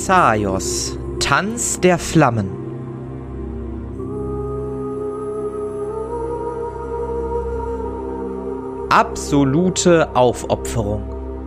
Thessaios, Tanz der Flammen. Absolute Aufopferung.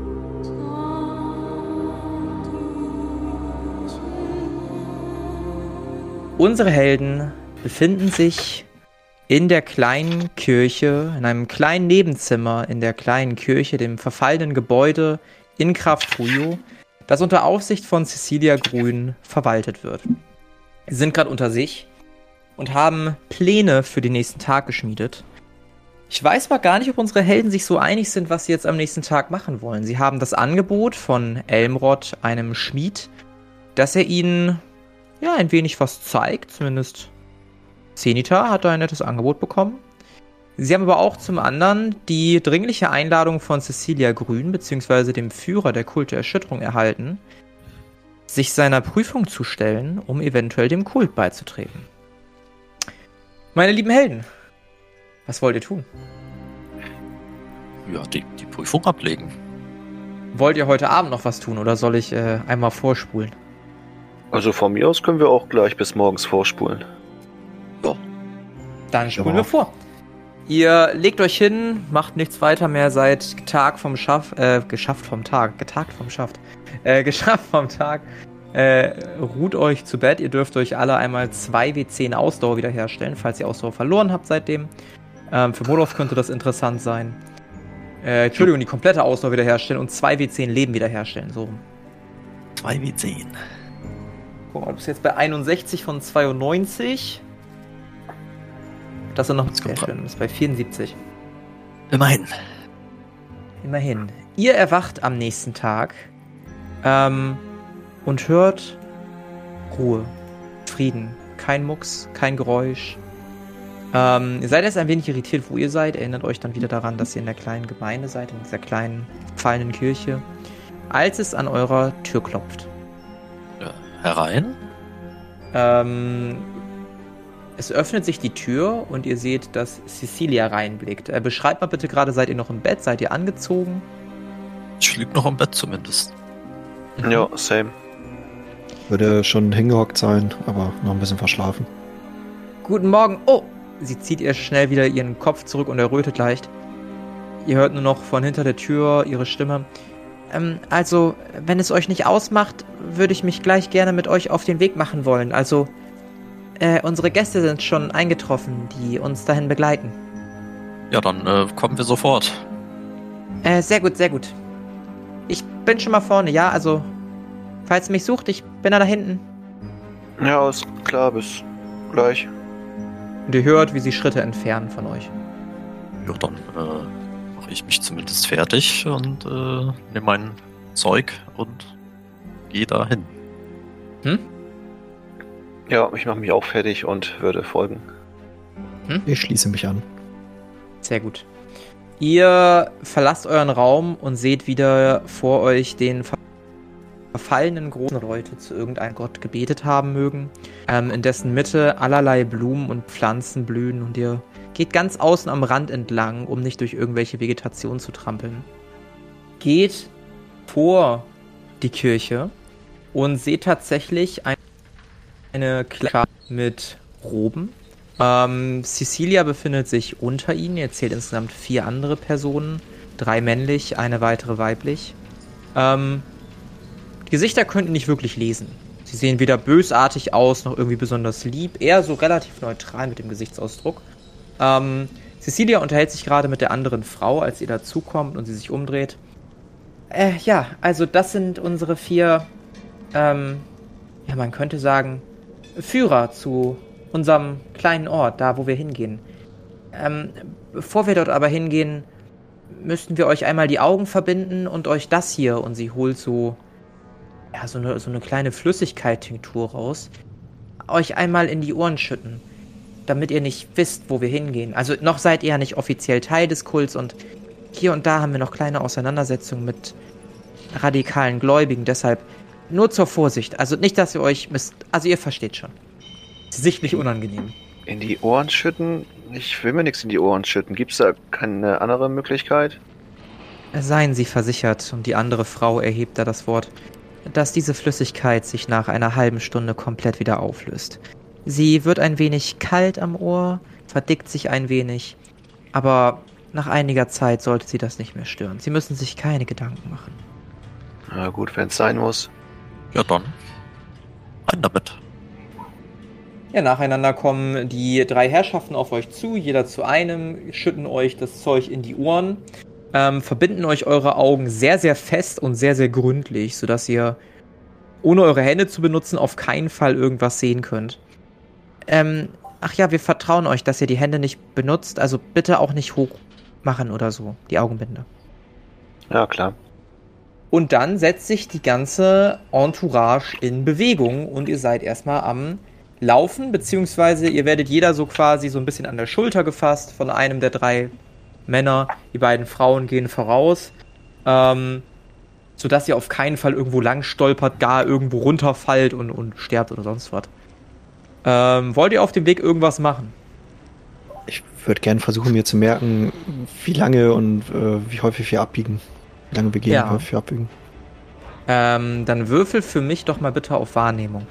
Unsere Helden befinden sich in der kleinen Kirche, in einem kleinen Nebenzimmer in der kleinen Kirche, dem verfallenen Gebäude in Krafrujo, das unter Aufsicht von Cecilia Grün verwaltet wird. Sie sind gerade unter sich und haben Pläne für den nächsten Tag geschmiedet. Ich weiß aber gar nicht, ob unsere Helden sich so einig sind, was sie jetzt am nächsten Tag machen wollen. Sie haben das Angebot von Elmrod, einem Schmied, dass er ihnen ein wenig was zeigt, zumindest Zenithar hat da ein nettes Angebot bekommen. Sie haben aber auch zum anderen die dringliche Einladung von Cecilia Grün, beziehungsweise dem Führer der Kult der Erschütterung, erhalten, sich seiner Prüfung zu stellen, um eventuell dem Kult beizutreten. Meine lieben Helden, was wollt ihr tun? Ja, die Prüfung ablegen. Wollt ihr heute Abend noch was tun oder soll ich einmal vorspulen? Also von mir aus können wir auch gleich bis morgens vorspulen. Ja. Dann spulen wir vor. Ihr legt euch hin, macht nichts weiter mehr, seid getagt vom geschafft vom Tag, ruht euch zu Bett. Ihr dürft euch alle einmal 2 W10 Ausdauer wiederherstellen, falls ihr Ausdauer verloren habt seitdem. Für Molos könnte das interessant sein. Entschuldigung, die komplette Ausdauer wiederherstellen und 2 W10 Leben wiederherstellen, so. 2 W10. Guck mal, du bist jetzt bei 61 von 92. Das sind noch sehr schön, das ist bei 74. Immerhin. Ihr erwacht am nächsten Tag und hört Ruhe, Frieden, kein Mucks, kein Geräusch. Ihr seid jetzt ein wenig irritiert, wo ihr seid. Erinnert euch dann wieder daran, dass ihr in der kleinen Gemeinde seid, in dieser kleinen, gefallenen Kirche, als es an eurer Tür klopft. Herein? Es öffnet sich die Tür und ihr seht, dass Cecilia reinblickt. Beschreibt mal bitte gerade, seid ihr noch im Bett? Seid ihr angezogen? Ich lieg noch im Bett zumindest. Ja, same. Würde schon hingehockt sein, aber noch ein bisschen verschlafen. Guten Morgen. Oh! Sie zieht ihr schnell wieder ihren Kopf zurück und errötet leicht. Ihr hört nur noch von hinter der Tür ihre Stimme. Also, wenn es euch nicht ausmacht, würde ich mich gleich gerne mit euch auf den Weg machen wollen. Also, unsere Gäste sind schon eingetroffen, die uns dahin begleiten. Ja, dann kommen wir sofort. Sehr gut, sehr gut. Ich bin schon mal vorne, ja? Also, falls ihr mich sucht, ich bin da hinten. Ja, ist klar, bis gleich. Und ihr hört, wie sie Schritte entfernen von euch. Ja, dann mache ich mich zumindest fertig und nehme mein Zeug und gehe dahin. Ja, ich mache mich auch fertig und würde folgen. Ich schließe mich an. Sehr gut. Ihr verlasst euren Raum und seht wieder vor euch den verfallenen großen Leute zu irgendeinem Gott gebetet haben mögen, in dessen Mitte allerlei Blumen und Pflanzen blühen und ihr geht ganz außen am Rand entlang, um nicht durch irgendwelche Vegetation zu trampeln. Geht vor die Kirche und seht tatsächlich eine Kleider mit Roben. Cecilia befindet sich unter ihnen. Ihr zählt insgesamt 4 andere Personen. 3 männlich, eine weitere weiblich. Die Gesichter könnt ihr nicht wirklich lesen. Sie sehen weder bösartig aus, noch irgendwie besonders lieb. Eher so relativ neutral mit dem Gesichtsausdruck. Cecilia unterhält sich gerade mit der anderen Frau, als ihr dazukommt und sie sich umdreht. Ja, also das sind unsere 4, man könnte sagen, Führer zu unserem kleinen Ort, da wo wir hingehen. Bevor wir dort aber hingehen, müssten wir euch einmal die Augen verbinden und euch das hier, und sie holt so eine kleine Flüssigkeit-Tinktur raus, euch einmal in die Ohren schütten, damit ihr nicht wisst, wo wir hingehen. Also noch seid ihr ja nicht offiziell Teil des Kults und hier und da haben wir noch kleine Auseinandersetzungen mit radikalen Gläubigen, deshalb nur zur Vorsicht. Also nicht, dass ihr euch also ihr versteht schon. Sichtlich unangenehm. In die Ohren schütten? Ich will mir nichts in die Ohren schütten. Gibt's da keine andere Möglichkeit? Seien Sie versichert, und die andere Frau erhebt da das Wort. dass diese Flüssigkeit sich nach einer halben Stunde komplett wieder auflöst. Sie wird ein wenig kalt am Ohr, verdickt sich ein wenig, aber nach einiger Zeit sollte sie das nicht mehr stören. Sie müssen sich keine Gedanken machen. Na gut, wenn es sein muss. Ja, dann. Rein damit. Ja, nacheinander kommen die 3 Herrschaften auf euch zu, jeder zu einem, schütten euch das Zeug in die Ohren, verbinden euch eure Augen sehr, sehr fest und sehr, sehr gründlich, sodass ihr, ohne eure Hände zu benutzen, auf keinen Fall irgendwas sehen könnt. Ach ja, wir vertrauen euch, dass ihr die Hände nicht benutzt, also bitte auch nicht hoch machen oder so, die Augenbinde. Ja, klar. Und dann setzt sich die ganze Entourage in Bewegung und ihr seid erstmal am Laufen, beziehungsweise ihr werdet jeder so quasi so ein bisschen an der Schulter gefasst von einem der 3 Männer. Die beiden Frauen gehen voraus, sodass ihr auf keinen Fall irgendwo lang stolpert, gar irgendwo runterfallt und sterbt oder sonst was. Wollt ihr auf dem Weg irgendwas machen? Ich würde gerne versuchen, mir zu merken, wie lange und wie häufig wir abbiegen. Wie lange wir gehen, Ja. wie häufig wir abbiegen. Dann würfel für mich doch mal bitte auf Wahrnehmung.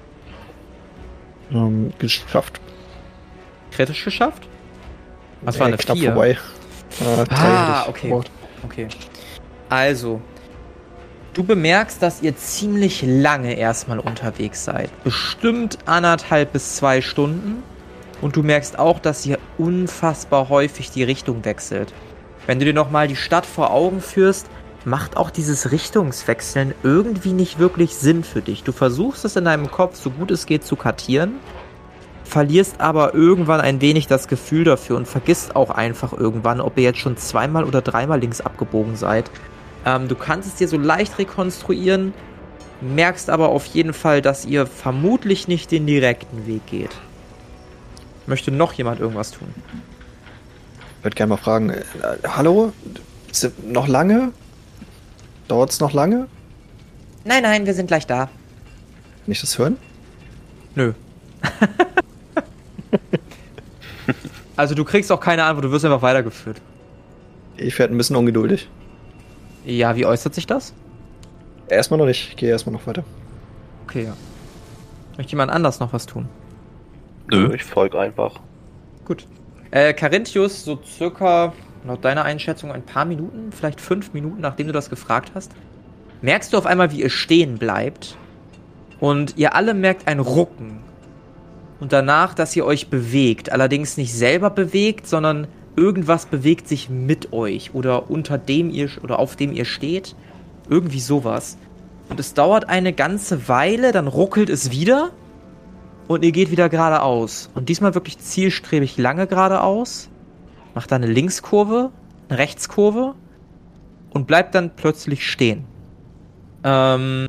Geschafft. Kritisch geschafft? Was war eine knapp 4? vorbei. 3 hätte ich Okay. gebraucht. Okay. Also, du bemerkst, dass ihr ziemlich lange erstmal unterwegs seid. Bestimmt 1,5 bis 2 Stunden. Und du merkst auch, dass ihr unfassbar häufig die Richtung wechselt. Wenn du dir nochmal die Stadt vor Augen führst, macht auch dieses Richtungswechseln irgendwie nicht wirklich Sinn für dich. Du versuchst es in deinem Kopf so gut es geht zu kartieren, verlierst aber irgendwann ein wenig das Gefühl dafür und vergisst auch einfach irgendwann, ob ihr jetzt schon 2-mal oder 3-mal links abgebogen seid. Du kannst es dir so leicht rekonstruieren, merkst aber auf jeden Fall, dass ihr vermutlich nicht den direkten Weg geht. Möchte noch jemand irgendwas tun? Ich würde gerne mal fragen, hallo? Sind noch lange? Dauert es noch lange? Nein, wir sind gleich da. Kann ich das hören? Nö. Also du kriegst auch keine Antwort, du wirst einfach weitergeführt. Ich werde ein bisschen ungeduldig. Ja, wie äußert sich das? Erstmal noch nicht, ich gehe erstmal noch weiter. Okay, ja. Möchte jemand anders noch was tun? Nö. Ich folge einfach. Gut. Carinthius, so circa, laut deiner Einschätzung, ein paar Minuten, vielleicht 5 Minuten, nachdem du das gefragt hast, merkst du auf einmal, wie ihr stehen bleibt. Und ihr alle merkt ein Rucken. Und danach, dass ihr euch bewegt. Allerdings nicht selber bewegt, sondern irgendwas bewegt sich mit euch. Oder unter dem ihr, oder auf dem ihr steht. Irgendwie sowas. Und es dauert eine ganze Weile, dann ruckelt es wieder. Und ihr geht wieder geradeaus. Und diesmal wirklich zielstrebig lange geradeaus. Macht dann eine Linkskurve, eine Rechtskurve. Und bleibt dann plötzlich stehen. Dann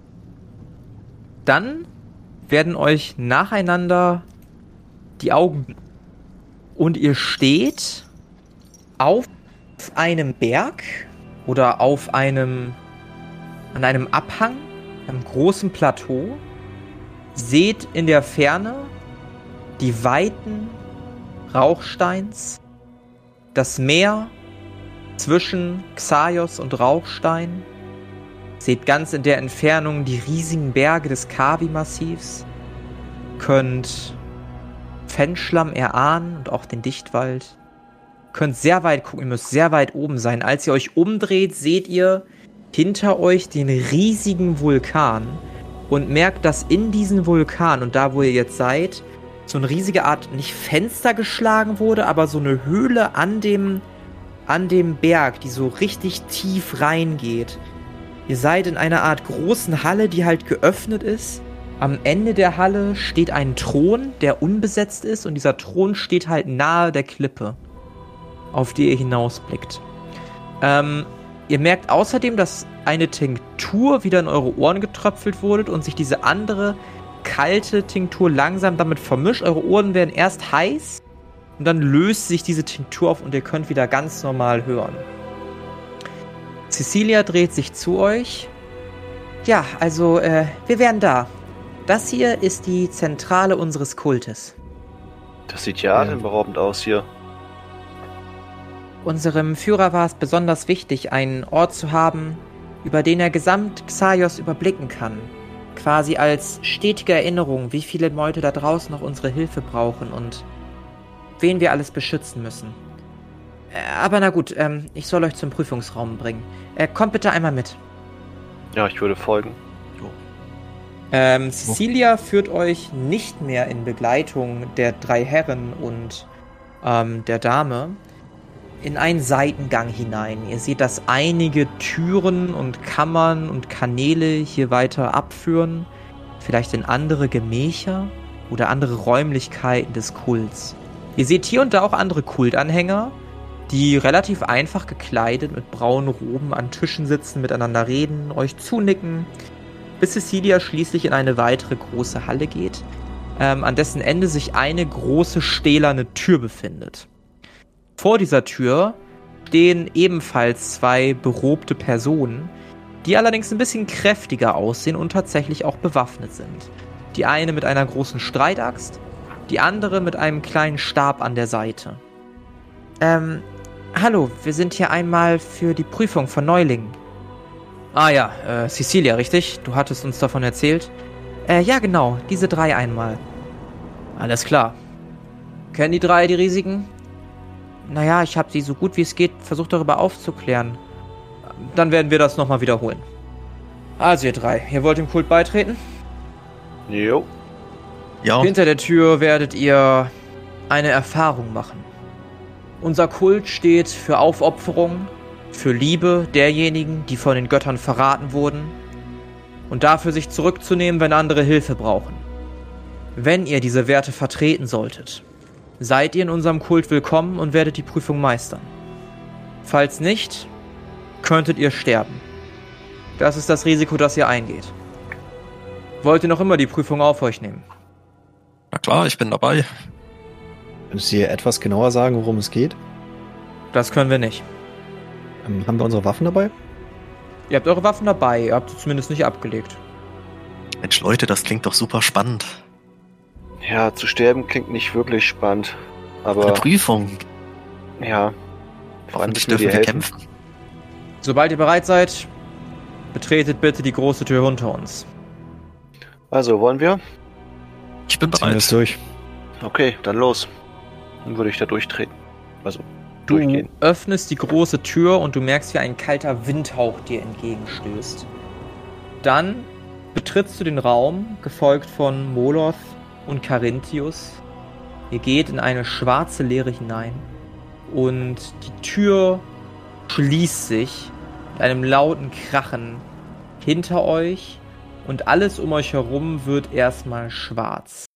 werden euch nacheinander die Augen... Und ihr steht auf einem Berg oder auf an einem Abhang, einem großen Plateau. Seht in der Ferne die Weiten Rauchsteins, das Meer zwischen Xaios und Rauchstein. Seht ganz in der Entfernung die riesigen Berge des Kavi-Massivs. Könnt Fenschlamm erahnen und auch den Dichtwald. Könnt sehr weit gucken, ihr müsst sehr weit oben sein. Als ihr euch umdreht, seht ihr hinter euch den riesigen Vulkan und merkt, dass in diesen Vulkan und da, wo ihr jetzt seid, so eine riesige Art, nicht Fenster geschlagen wurde, aber so eine Höhle an dem Berg, die so richtig tief reingeht. Ihr seid in einer Art großen Halle, die halt geöffnet ist. Am Ende der Halle steht ein Thron, der unbesetzt ist, und dieser Thron steht halt nahe der Klippe, auf die ihr hinausblickt. Ihr merkt außerdem, dass eine Tinktur wieder in eure Ohren getröpfelt wurde und sich diese andere kalte Tinktur langsam damit vermischt. Eure Ohren werden erst heiß und dann löst sich diese Tinktur auf und ihr könnt wieder ganz normal hören. Cecilia dreht sich zu euch. Ja, also, wir wären da. Das hier ist die Zentrale unseres Kultes. Das sieht ja atemberaubend aus hier. Unserem Führer war es besonders wichtig, einen Ort zu haben, über den er gesamt Xaios überblicken kann. Quasi als stetige Erinnerung, wie viele Leute da draußen noch unsere Hilfe brauchen und wen wir alles beschützen müssen. Aber na gut, ich soll euch zum Prüfungsraum bringen. Kommt bitte einmal mit. Ja, ich würde folgen. Cecilia führt euch nicht mehr in Begleitung der 3 Herren und der Dame in einen Seitengang hinein. Ihr seht, dass einige Türen und Kammern und Kanäle hier weiter abführen. Vielleicht in andere Gemächer oder andere Räumlichkeiten des Kults. Ihr seht hier und da auch andere Kultanhänger, die relativ einfach gekleidet mit braunen Roben an Tischen sitzen, miteinander reden, euch zunicken, bis Cecilia schließlich in eine weitere große Halle geht, an dessen Ende sich eine große stählerne Tür befindet. Vor dieser Tür stehen ebenfalls 2 berobte Personen, die allerdings ein bisschen kräftiger aussehen und tatsächlich auch bewaffnet sind. Die eine mit einer großen Streitaxt, die andere mit einem kleinen Stab an der Seite. Hallo, wir sind hier einmal für die Prüfung von Neulingen. Ah ja, Cecilia, richtig? Du hattest uns davon erzählt? Ja genau, diese 3 einmal. Alles klar. Kennen die 3 die Risiken? Naja, ich habe sie so gut wie es geht versucht darüber aufzuklären. Dann werden wir das nochmal wiederholen. Also ihr 3, ihr wollt dem Kult beitreten? Jo. Ja. Hinter der Tür werdet ihr eine Erfahrung machen. Unser Kult steht für Aufopferung, für Liebe derjenigen, die von den Göttern verraten wurden und dafür sich zurückzunehmen, wenn andere Hilfe brauchen. Wenn ihr diese Werte vertreten solltet, seid ihr in unserem Kult willkommen und werdet die Prüfung meistern. Falls nicht, könntet ihr sterben. Das ist das Risiko, das ihr eingeht. Wollt ihr noch immer die Prüfung auf euch nehmen? Na klar, ich bin dabei. Könntest du hier etwas genauer sagen, worum es geht? Das können wir nicht. Haben wir unsere Waffen dabei? Ihr habt eure Waffen dabei, ihr habt sie zumindest nicht abgelegt. Mensch, Leute, das klingt doch super spannend. Ja, zu sterben klingt nicht wirklich spannend. Eine Aber Prüfung. ja, Hoffentlich müssen wir dürfen wir dir kämpfen. Sobald ihr bereit seid, betretet bitte die große Tür hinter uns. Also, wollen wir? Ich bin Ziehen wir es bereit. durch. Okay, dann los. Dann würde ich da durchtreten. Also, Du durchgehen. öffnest die große Tür und du merkst, wie ein kalter Windhauch dir entgegenstößt. Dann betrittst du den Raum, gefolgt von Moloth und Carinthius. Ihr geht in eine schwarze Leere hinein und die Tür schließt sich mit einem lauten Krachen hinter euch und alles um euch herum wird erstmal schwarz.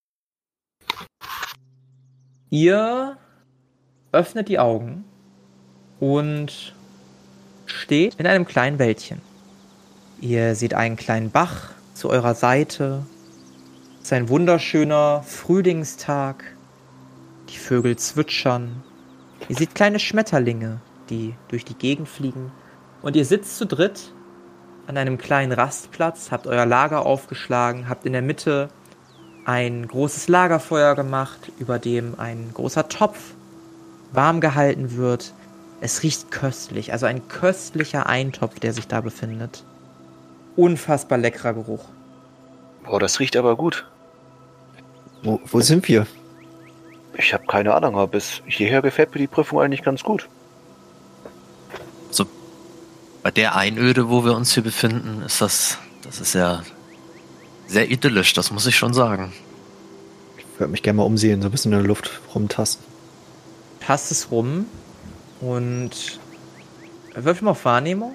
Ihr öffnet die Augen und steht in einem kleinen Wäldchen. Ihr seht einen kleinen Bach zu eurer Seite. Es ist ein wunderschöner Frühlingstag. Die Vögel zwitschern. Ihr seht kleine Schmetterlinge, die durch die Gegend fliegen. Und ihr sitzt zu dritt an einem kleinen Rastplatz, habt euer Lager aufgeschlagen, habt in der Mitte ein großes Lagerfeuer gemacht, über dem ein großer Topf warm gehalten wird. Es riecht köstlich, also ein köstlicher Eintopf, der sich da befindet. Unfassbar leckerer Geruch. Boah, das riecht aber gut. Wo sind wir? Ich habe keine Ahnung, aber bis hierher gefällt mir die Prüfung eigentlich ganz gut. Also, bei der Einöde, wo wir uns hier befinden, ist das ist ja sehr idyllisch, das muss ich schon sagen. Ich würde mich gerne mal umsehen, so ein bisschen in der Luft rumtasten. Passt es rum und würfel mal auf Wahrnehmung.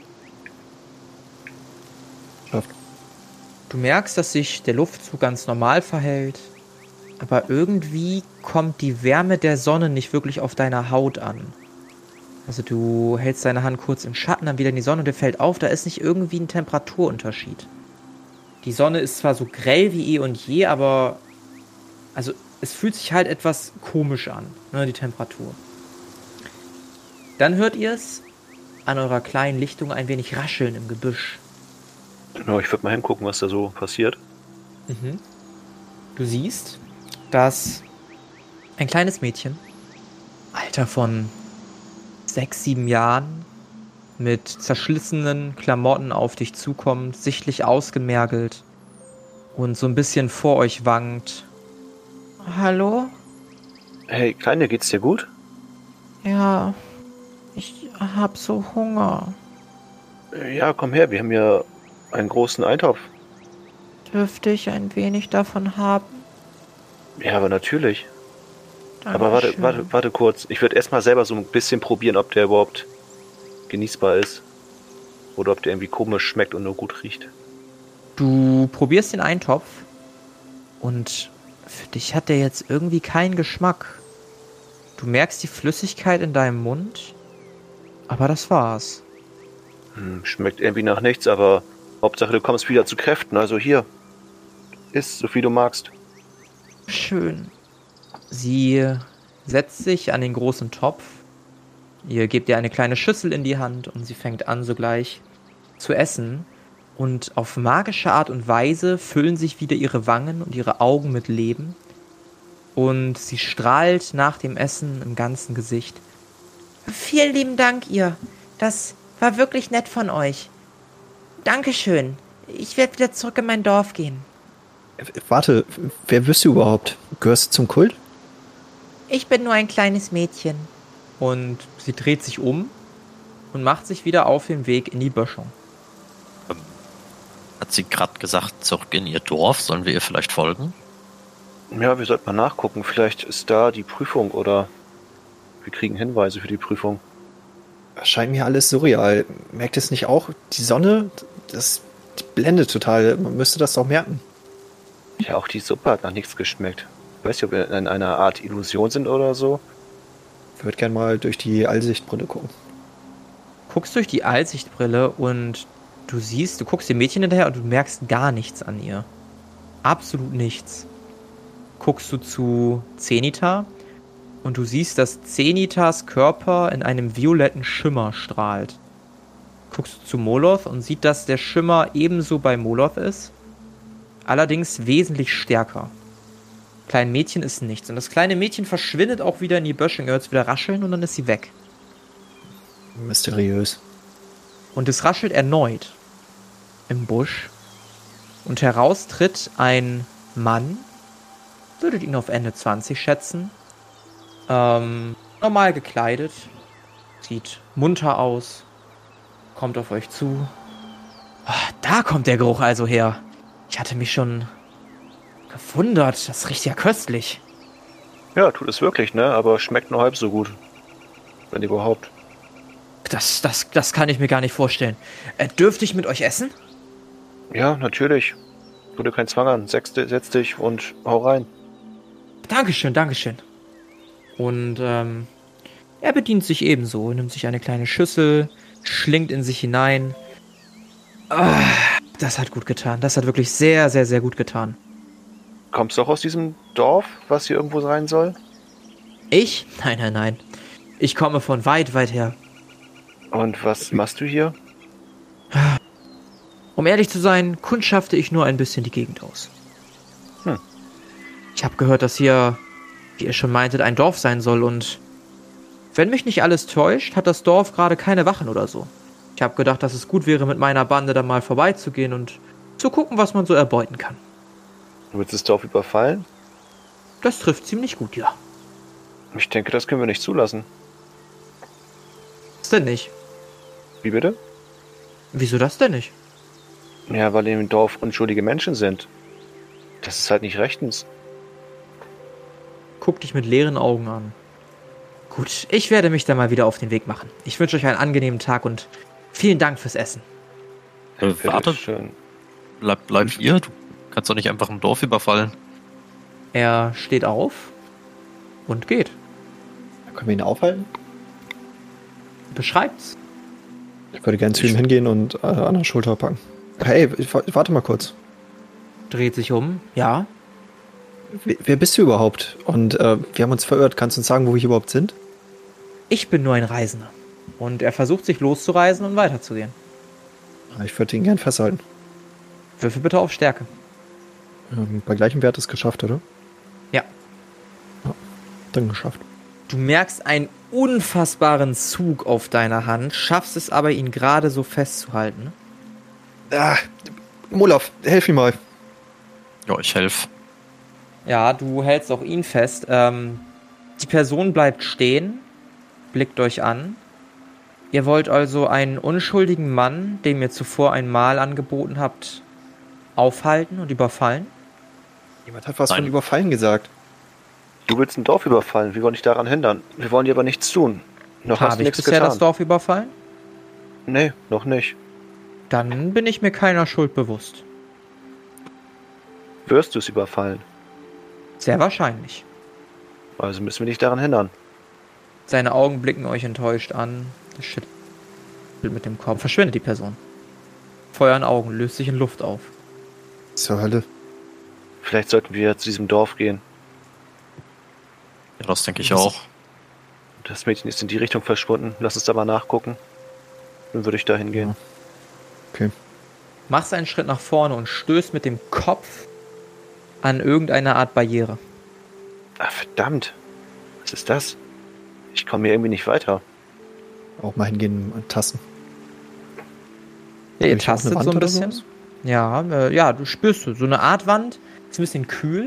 Schafft. Du merkst, dass sich der Luftzug ganz normal verhält, aber irgendwie kommt die Wärme der Sonne nicht wirklich auf deiner Haut an. Also du hältst deine Hand kurz im Schatten, dann wieder in die Sonne und dir fällt auf, da ist nicht irgendwie ein Temperaturunterschied. Die Sonne ist zwar so grell wie eh und je, aber also es fühlt sich halt etwas komisch an, ne, die Temperatur. Dann hört ihr es an eurer kleinen Lichtung ein wenig rascheln im Gebüsch. Ja, ich würde mal hingucken, was da so passiert. Mhm. Du siehst, dass ein kleines Mädchen, Alter von 6, 7 Jahren, mit zerschlissenen Klamotten auf dich zukommt, sichtlich ausgemergelt und so ein bisschen vor euch wankt. Hallo? Hey, Kleine, geht's dir gut? Ja, ich hab so Hunger. Ja, komm her, wir haben ja einen großen Eintopf. Dürfte ich ein wenig davon haben? Ja, aber natürlich. Dankeschön. Aber warte kurz. Ich würde erstmal selber so ein bisschen probieren, ob der überhaupt genießbar ist. Oder ob der irgendwie komisch schmeckt und nur gut riecht. Du probierst den Eintopf und für dich hat der jetzt irgendwie keinen Geschmack. Du merkst die Flüssigkeit in deinem Mund, aber das war's. Schmeckt irgendwie nach nichts, aber Hauptsache du kommst wieder zu Kräften. Also hier, iss so viel du magst. Schön. Sie setzt sich an den großen Topf. Ihr gebt ihr eine kleine Schüssel in die Hand und sie fängt an sogleich zu essen. Und auf magische Art und Weise füllen sich wieder ihre Wangen und ihre Augen mit Leben. Und sie strahlt nach dem Essen im ganzen Gesicht. Vielen lieben Dank, ihr. Das war wirklich nett von euch. Dankeschön. Ich werde wieder zurück in mein Dorf gehen. Warte, wer bist du überhaupt? Gehörst du zum Kult? Ich bin nur ein kleines Mädchen. Und sie dreht sich um und macht sich wieder auf den Weg in die Böschung. Hat sie gerade gesagt, zurück in ihr Dorf? Sollen wir ihr vielleicht folgen? Ja, wir sollten mal nachgucken. Vielleicht ist da die Prüfung oder wir kriegen Hinweise für die Prüfung. Das scheint mir alles surreal. Merkt es nicht auch? Die Sonne, die blendet total. Man müsste das doch merken. Ja, auch die Suppe hat nach nichts geschmeckt. Ich weiß nicht, ob wir in einer Art Illusion sind oder so. Ich würde gerne mal durch die Allsichtbrille gucken. Guckst durch die Allsichtbrille und du guckst dem Mädchen hinterher und du merkst gar nichts an ihr. Absolut nichts. Guckst du zu Zenithar und du siehst, dass Zenithars Körper in einem violetten Schimmer strahlt. Guckst du zu Moloth und siehst, dass der Schimmer ebenso bei Moloth ist, allerdings wesentlich stärker. Kleinen Mädchen ist nichts. Und das kleine Mädchen verschwindet auch wieder in die Böschung. Ihr hört es wieder rascheln und dann ist sie weg. Mysteriös. Und es raschelt erneut im Busch. Und heraus tritt ein Mann. Würdet ihn auf Ende 20 schätzen. Normal gekleidet. Sieht munter aus. Kommt auf euch zu. Da kommt der Geruch also her. Ich hatte mich schon gewundert. Das riecht ja köstlich. Ja, tut es wirklich, ne? Aber schmeckt nur halb so gut. Wenn überhaupt. Das kann ich mir gar nicht vorstellen. Dürfte ich mit euch essen? Ja, natürlich. Tu dir keinen Zwang an. Setz dich und hau rein. Dankeschön. Und er bedient sich ebenso. Nimmt sich eine kleine Schüssel, schlingt in sich hinein. Das hat gut getan. Das hat wirklich sehr, sehr, sehr gut getan. Kommst du auch aus diesem Dorf, was hier irgendwo sein soll? Ich? Nein. Ich komme von weit, weit her. Und was machst du hier? Um ehrlich zu sein, kundschafte ich nur ein bisschen die Gegend aus. Ich habe gehört, dass hier, wie ihr schon meintet, ein Dorf sein soll und wenn mich nicht alles täuscht, hat das Dorf gerade keine Wachen oder so. Ich habe gedacht, dass es gut wäre, mit meiner Bande da mal vorbeizugehen und zu gucken, was man so erbeuten kann. Du willst das Dorf überfallen? Das trifft ziemlich gut, ja. Ich denke, das können wir nicht zulassen. Was denn nicht? Wie bitte? Wieso das denn nicht? Ja, weil im Dorf unschuldige Menschen sind. Das ist halt nicht rechtens. Guck dich mit leeren Augen an. Gut, ich werde mich dann mal wieder auf den Weg machen. Ich wünsche euch einen angenehmen Tag und vielen Dank fürs Essen. Warte, Schön. bleib hier. Du kannst doch nicht einfach ein Dorf überfallen. Er steht auf und geht. Können wir ihn aufhalten? Beschreibt's. Ich würde gerne zu ihm hingehen und an der Schulter packen. Hey, warte mal kurz. Dreht sich um. Ja. Wer bist du überhaupt? Und wir haben uns verirrt. Kannst du uns sagen, wo wir hier überhaupt sind? Ich bin nur ein Reisender. Und er versucht sich loszureisen und weiterzugehen. Ich würde ihn gern festhalten. Würfel bitte auf Stärke. Bei gleichem Wert ist geschafft, oder? Ja. Dann geschafft. Du merkst ein unfassbaren Zug auf deiner Hand, schaffst es aber, ihn gerade so festzuhalten. Molov, helf mir mal. Ja, ich helfe. Ja, du hältst auch ihn fest. Die Person bleibt stehen, blickt euch an. Ihr wollt also einen unschuldigen Mann, dem ihr zuvor ein Mahl angeboten habt, aufhalten und überfallen? Jemand hat was Nein. von Überfallen gesagt. Du willst ein Dorf überfallen, wir wollen dich daran hindern. Wir wollen dir aber nichts tun. Noch hast Habe du ich nichts bisher getan. das Dorf überfallen? Nee, noch nicht. Dann bin ich mir keiner Schuld bewusst. Wirst du es überfallen? Sehr wahrscheinlich. Also müssen wir dich daran hindern. Seine Augen blicken euch enttäuscht an. Das schüttelt mit dem Kopf. Verschwindet die Person. Feuer in Augen, löst sich in Luft auf. Zur Hölle. Vielleicht sollten wir zu diesem Dorf gehen. Ja, das denke ich auch. Das Mädchen ist in die Richtung verschwunden. Lass uns da mal nachgucken. Dann würde ich da hingehen. Okay. Machst einen Schritt nach vorne und stößt mit dem Kopf an irgendeine Art Barriere. Ah, verdammt. Was ist das? Ich komme hier irgendwie nicht weiter. Auch mal hingehen und tasten. Ja, ihr Hab ich auch eine tastet Wand so ein oder bisschen. sowas? Ja, du spürst so eine Art Wand. Ist ein bisschen kühl.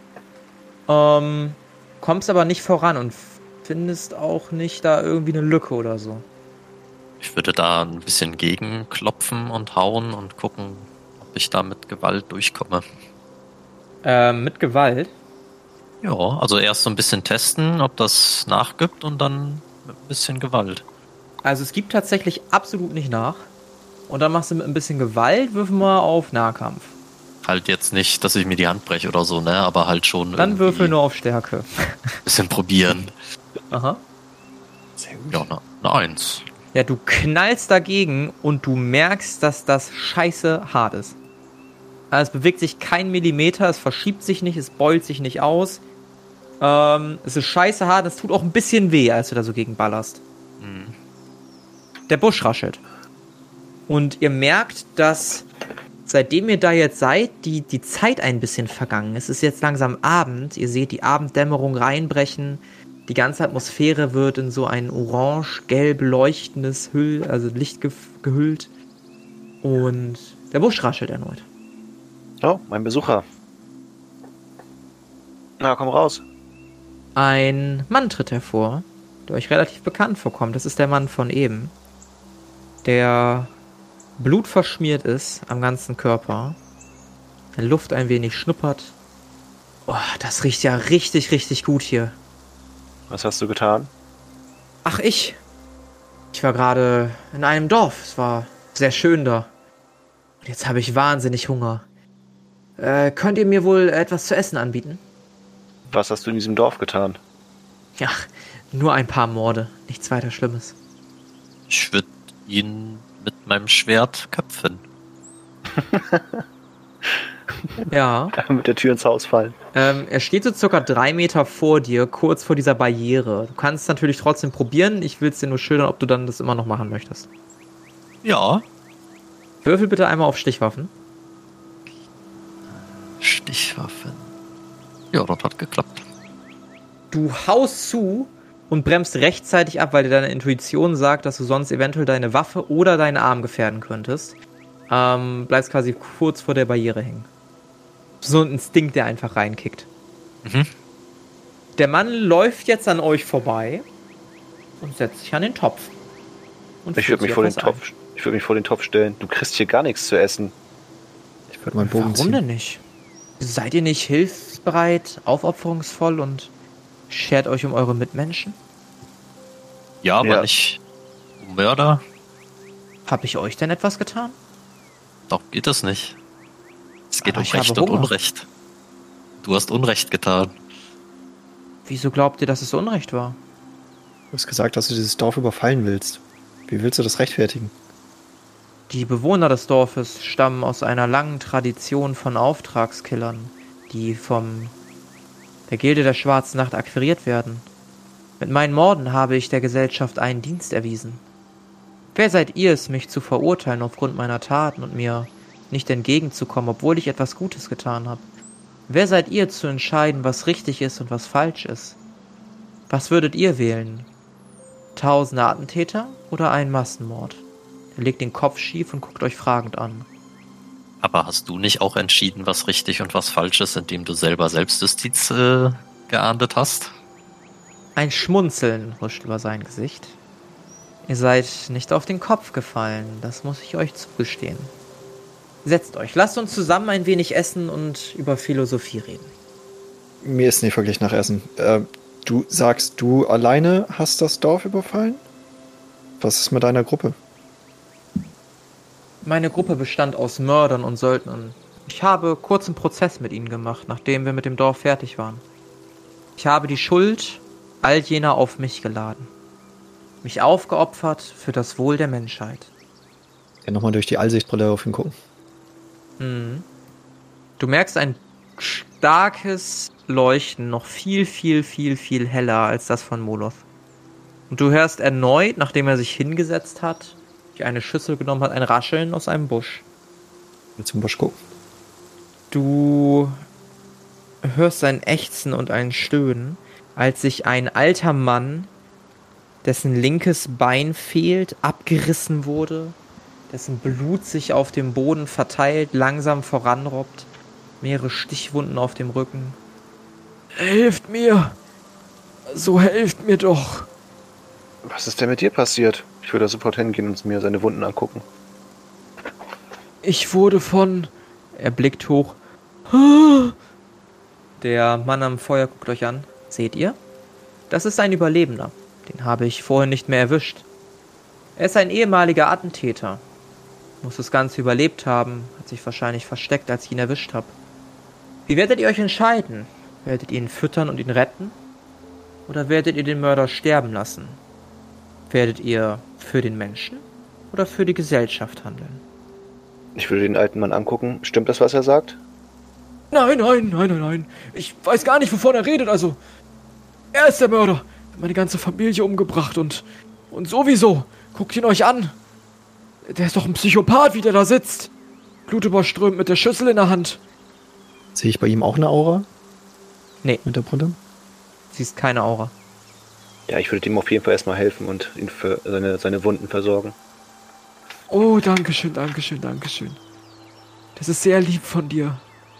Kommst aber nicht voran und findest auch nicht da irgendwie eine Lücke oder so. Ich würde da ein bisschen gegenklopfen und hauen und gucken, ob ich da mit Gewalt durchkomme. Mit Gewalt. Ja, also erst so ein bisschen testen, ob das nachgibt und dann mit ein bisschen Gewalt. Also es gibt tatsächlich absolut nicht nach. Und dann machst du mit ein bisschen Gewalt, würfel mal auf Nahkampf. Halt jetzt nicht, dass ich mir die Hand breche oder so, ne? Aber halt schon Dann irgendwie würfel nur auf Stärke. ein bisschen probieren. Aha. Sehr gut. Ja, eine 1. Ja, du knallst dagegen und du merkst, dass das scheiße hart ist. Also es bewegt sich kein Millimeter, es verschiebt sich nicht, es beult sich nicht aus. Es ist scheiße hart, es tut auch ein bisschen weh, als du da so gegen ballerst. Der Busch raschelt. Und ihr merkt, dass seitdem ihr da jetzt seid, die Zeit ein bisschen vergangen ist. Es ist jetzt langsam Abend, ihr seht die Abenddämmerung reinbrechen. Die ganze Atmosphäre wird in so ein orange-gelb leuchtendes Licht gehüllt. Und der Busch raschelt erneut. Oh, mein Besucher. Na, komm raus. Ein Mann tritt hervor, der euch relativ bekannt vorkommt. Das ist der Mann von eben, der blutverschmiert ist am ganzen Körper, der Luft ein wenig schnuppert. Oh, das riecht ja richtig, richtig gut hier. Was hast du getan? Ach, ich war gerade in einem Dorf. Es war sehr schön da. Und jetzt habe ich wahnsinnig Hunger. Könnt ihr mir wohl etwas zu essen anbieten? Was hast du in diesem Dorf getan? Ja, nur ein paar Morde. Nichts weiter Schlimmes. Ich würde ihn mit meinem Schwert köpfen. Ja. Mit der Tür ins Haus fallen. Er steht so circa 3 Meter vor dir, kurz vor dieser Barriere. Du kannst natürlich trotzdem probieren. Ich will es dir nur schildern, ob du dann das immer noch machen möchtest. Ja. Würfel bitte einmal auf Stichwaffen. Stichwaffen. Ja, das hat geklappt. Du haust zu und bremst rechtzeitig ab, weil dir deine Intuition sagt, dass du sonst eventuell deine Waffe oder deinen Arm gefährden könntest. Bleibst quasi kurz vor der Barriere hängen. So ein Instinkt, der einfach reinkickt. Mhm. Der Mann läuft jetzt an euch vorbei und setzt sich an den Topf. Und Ich führt würde mich sich vor auf den was Topf. Ich würde mich vor den Topf stellen. Du kriegst hier gar nichts zu essen. Ich würde meinen ein. Bogen Warum ziehen. denn nicht? Seid ihr nicht hilfsbereit, aufopferungsvoll und schert euch um eure Mitmenschen? Ja, aber Ja. nicht Mörder. Hab ich euch denn etwas getan? Doch geht es nicht. Es geht Aber um ich Recht habe und Hunger. Unrecht. Du hast Unrecht getan. Wieso glaubt ihr, dass es Unrecht war? Du hast gesagt, dass du dieses Dorf überfallen willst. Wie willst du das rechtfertigen? Die Bewohner des Dorfes stammen aus einer langen Tradition von Auftragskillern, die von der Gilde der Schwarzen Nacht akquiriert werden. Mit meinen Morden habe ich der Gesellschaft einen Dienst erwiesen. Wer seid ihr es, mich zu verurteilen aufgrund meiner Taten und mir nicht entgegenzukommen, obwohl ich etwas Gutes getan habe? Wer seid ihr zu entscheiden, was richtig ist und was falsch ist? Was würdet ihr wählen? Jahrtausende Attentäter oder ein Massenmord? Er legt den Kopf schief und guckt euch fragend an. Aber hast du nicht auch entschieden, was richtig und was falsch ist, indem du selber Selbstjustiz geahndet hast? Ein Schmunzeln huscht über sein Gesicht. Ihr seid nicht auf den Kopf gefallen, das muss ich euch zugestehen. Setzt euch, lasst uns zusammen ein wenig essen und über Philosophie reden. Mir ist nicht wirklich nach Essen. Du sagst, du alleine hast das Dorf überfallen? Was ist mit deiner Gruppe? Meine Gruppe bestand aus Mördern und Söldnern. Ich habe kurzen Prozess mit ihnen gemacht, nachdem wir mit dem Dorf fertig waren. Ich habe die Schuld all jener auf mich geladen. Mich aufgeopfert für das Wohl der Menschheit. Ja, nochmal durch die Allsichtbrille auf ihn gucken. Du merkst ein starkes Leuchten, noch viel, viel, viel, viel heller als das von Moloth. Und du hörst erneut, nachdem er sich hingesetzt hat, die eine Schüssel genommen hat, ein Rascheln aus einem Busch. Willst du zum Busch gucken? Du hörst ein Ächzen und ein Stöhnen, als sich ein alter Mann, dessen linkes Bein fehlt, abgerissen wurde, dessen Blut sich auf dem Boden verteilt, langsam voranrobbt, mehrere Stichwunden auf dem Rücken. Helft mir! So helft mir doch! Was ist denn mit dir passiert? Ich würde da sofort hingehen und mir seine Wunden angucken. Ich wurde von... Er blickt hoch. Der Mann am Feuer guckt euch an. Seht ihr? Das ist ein Überlebender. Den habe ich vorhin nicht mehr erwischt. Er ist ein ehemaliger Attentäter. Muss das Ganze überlebt haben. Hat sich wahrscheinlich versteckt, als ich ihn erwischt habe. Wie werdet ihr euch entscheiden? Werdet ihr ihn füttern und ihn retten? Oder werdet ihr den Mörder sterben lassen? Werdet ihr für den Menschen oder für die Gesellschaft handeln? Ich würde den alten Mann angucken. Stimmt das, was er sagt? Nein. Ich weiß gar nicht, wovon er redet. Also, er ist der Mörder. Hat meine ganze Familie umgebracht und sowieso. Guckt ihn euch an. Der ist doch ein Psychopath, wie der da sitzt. Blutüberströmt mit der Schüssel in der Hand. Sehe ich bei ihm auch eine Aura? Nee. Mit der Brille? Siehst keine Aura. Ja, ich würde dem auf jeden Fall erstmal helfen und ihn für seine Wunden versorgen. Oh, dankeschön. Das ist sehr lieb von dir.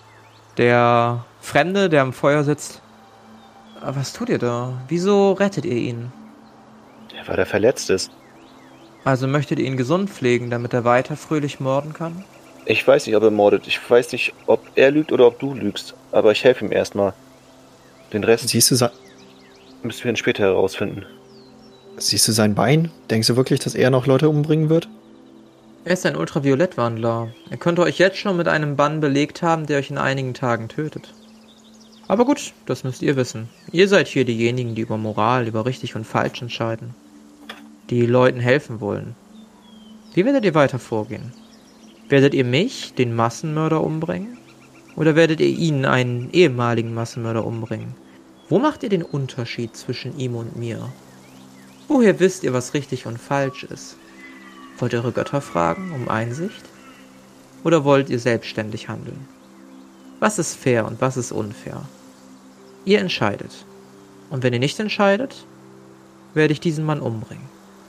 Der Fremde, der am Feuer sitzt. Was tut ihr da? Wieso rettet ihr ihn? Ja, weil er verletzt ist. Also möchtet ihr ihn gesund pflegen, damit er weiter fröhlich morden kann? Ich weiß nicht, ob er mordet. Ich weiß nicht, ob er lügt oder ob du lügst. Aber ich helfe ihm erstmal. Den Rest müssen wir dann später herausfinden. Siehst du sein Bein? Denkst du wirklich, dass er noch Leute umbringen wird? Er ist ein Ultraviolettwandler. Er könnte euch jetzt schon mit einem Bann belegt haben, der euch in einigen Tagen tötet. Aber gut, das müsst ihr wissen. Ihr seid hier diejenigen, die über Moral, über richtig und falsch entscheiden. Die Leuten helfen wollen. Wie werdet ihr weiter vorgehen? Werdet ihr mich, den Massenmörder, umbringen? Oder werdet ihr ihn, einen ehemaligen Massenmörder, umbringen? Wo macht ihr den Unterschied zwischen ihm und mir? Woher wisst ihr, was richtig und falsch ist? Wollt ihr eure Götter fragen um Einsicht? Oder wollt ihr selbstständig handeln? Was ist fair und was ist unfair? Ihr entscheidet. Und wenn ihr nicht entscheidet, werde ich diesen Mann umbringen.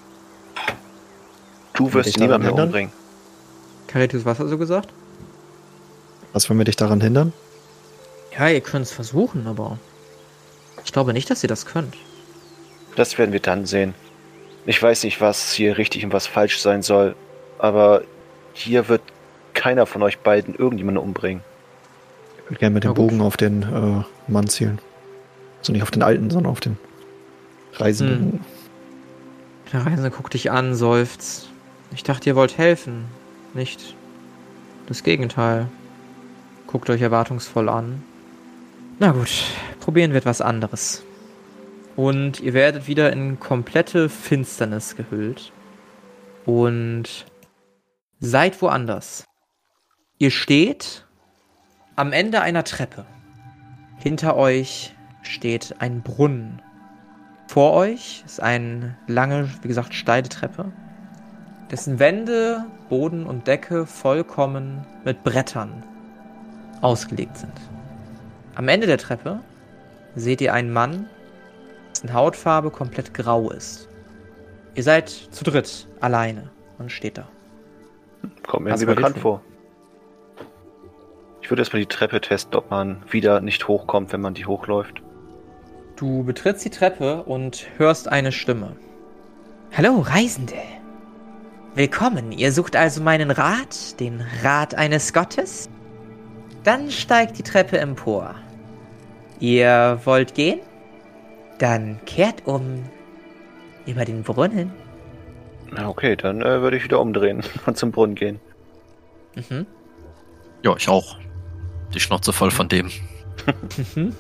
Du wirst niemanden mehr umbringen. Caritus, was hast du gesagt? Was wollen wir dich daran hindern? Ja, ihr könnt es versuchen, aber ich glaube nicht, dass ihr das könnt. Das werden wir dann sehen. Ich weiß nicht, was hier richtig und was falsch sein soll, aber hier wird keiner von euch beiden irgendjemanden umbringen. Ich würde gerne mit dem Bogen auf den Mann zielen. Also nicht auf den Alten, sondern auf den Reisenden. Der Reisende guckt dich an, seufzt. Ich dachte, ihr wollt helfen. Nicht das Gegenteil. Guckt euch erwartungsvoll an. Na gut, probieren wir etwas anderes. Und ihr werdet wieder in komplette Finsternis gehüllt. Und seid woanders. Ihr steht am Ende einer Treppe. Hinter euch steht ein Brunnen. Vor euch ist eine lange, wie gesagt, steile Treppe, dessen Wände, Boden und Decke vollkommen mit Brettern ausgelegt sind. Am Ende der Treppe seht ihr einen Mann, dessen Hautfarbe komplett grau ist. Ihr seid zu dritt, alleine und steht da. Kommt mir Was irgendwie wollt ihr bekannt tun? vor. Ich würde erstmal die Treppe testen, ob man wieder nicht hochkommt, wenn man die hochläuft. Du betrittst die Treppe und hörst eine Stimme. Hallo, Reisende. Willkommen. Ihr sucht also meinen Rat, den Rat eines Gottes? Dann steigt die Treppe empor. Ihr wollt gehen? Dann kehrt um über den Brunnen. Na okay, dann würde ich wieder umdrehen und zum Brunnen gehen. Mhm. Ja, ich auch. Die Schnauze voll von dem. Mhm.